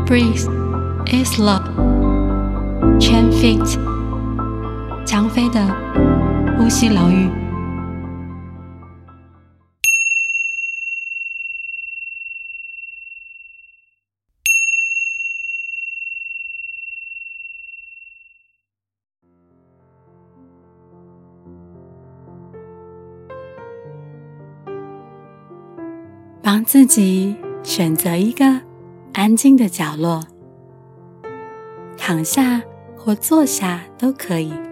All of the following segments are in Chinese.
breath is love. Chen Fit， 江飞的呼吸疗愈。帮自己选择一个安静的角落，躺下或坐下都可以，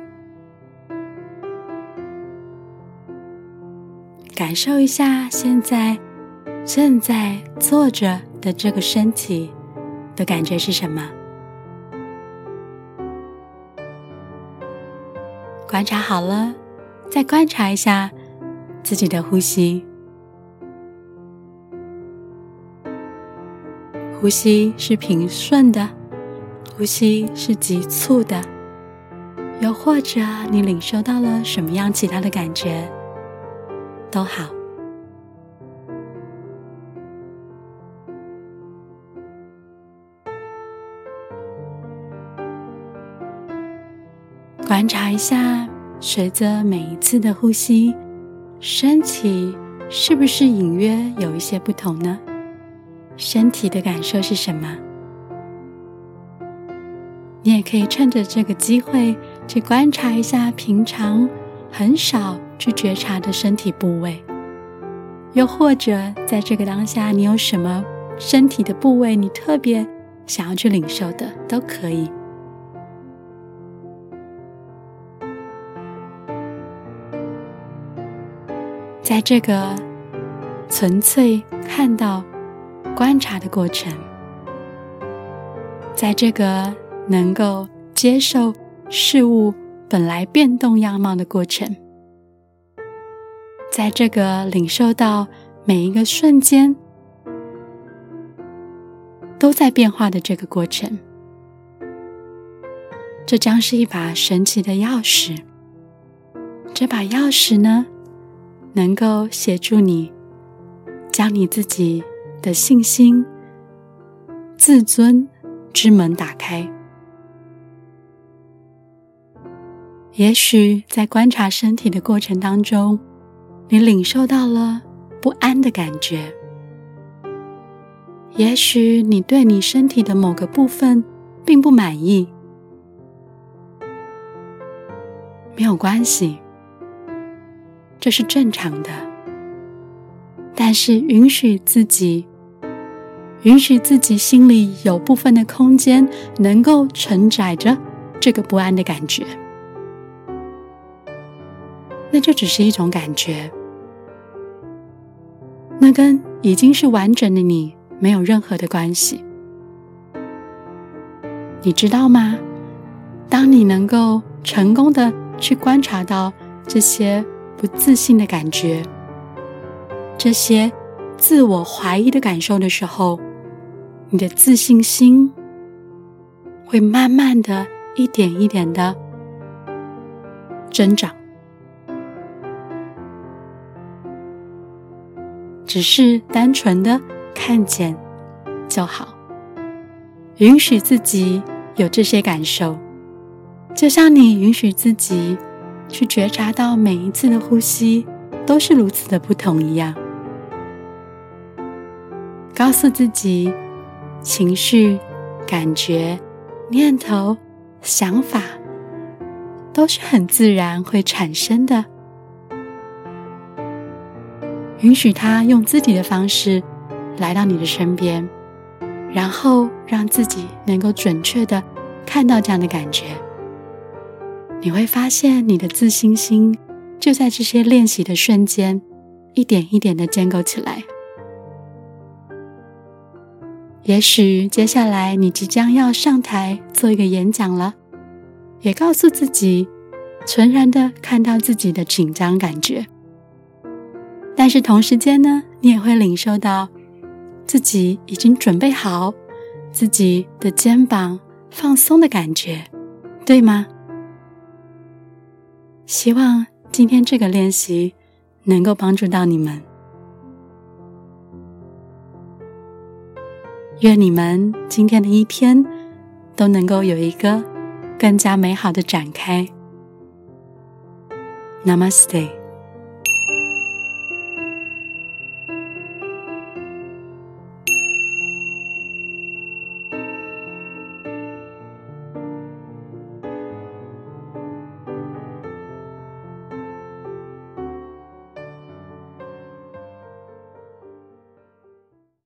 感受一下现在正在坐着的这个身体的感觉是什么。观察好了，再观察一下自己的呼吸。呼吸是平顺的，呼吸是急促的，又或者你领受到了什么样其他的感觉都好。观察一下，随着每一次的呼吸，身体是不是隐约有一些不同呢？身体的感受是什么？你也可以趁着这个机会去观察一下平常很少去觉察的身体部位，又或者在这个当下你有什么身体的部位你特别想要去领受的都可以。在这个纯粹看到观察的过程，在这个能够接受事物本来变动样貌的过程，在这个领受到每一个瞬间都在变化的这个过程，这将是一把神奇的钥匙。这把钥匙呢，能够协助你将你自己的信心、自尊之门打开。也许在观察身体的过程当中，你领受到了不安的感觉，也许你对你身体的某个部分并不满意，没有关系，这是正常的。但是允许自己心里有部分的空间能够承载着这个不安的感觉，那就只是一种感觉，那跟已经是完整的你没有任何的关系。你知道吗？当你能够成功的去观察到这些不自信的感觉，这些自我怀疑的感受的时候，你的自信心会慢慢的一点一点的增长。只是单纯的看见就好，允许自己有这些感受，就像你允许自己去觉察到每一次的呼吸都是如此的不同一样。告诉自己，情绪、感觉、念头、想法都是很自然会产生的，允许它用自己的方式来到你的身边，然后让自己能够准确地看到这样的感觉。你会发现你的自信心就在这些练习的瞬间一点一点地建构起来。也许接下来你即将要上台做一个演讲了，也告诉自己纯然地看到自己的紧张感觉，但是同时间呢，你也会领受到自己已经准备好，自己的肩膀放松的感觉，对吗？希望今天这个练习能够帮助到你们。 愿你们今天的一天都能够有一个更加美好的展开。Namaste。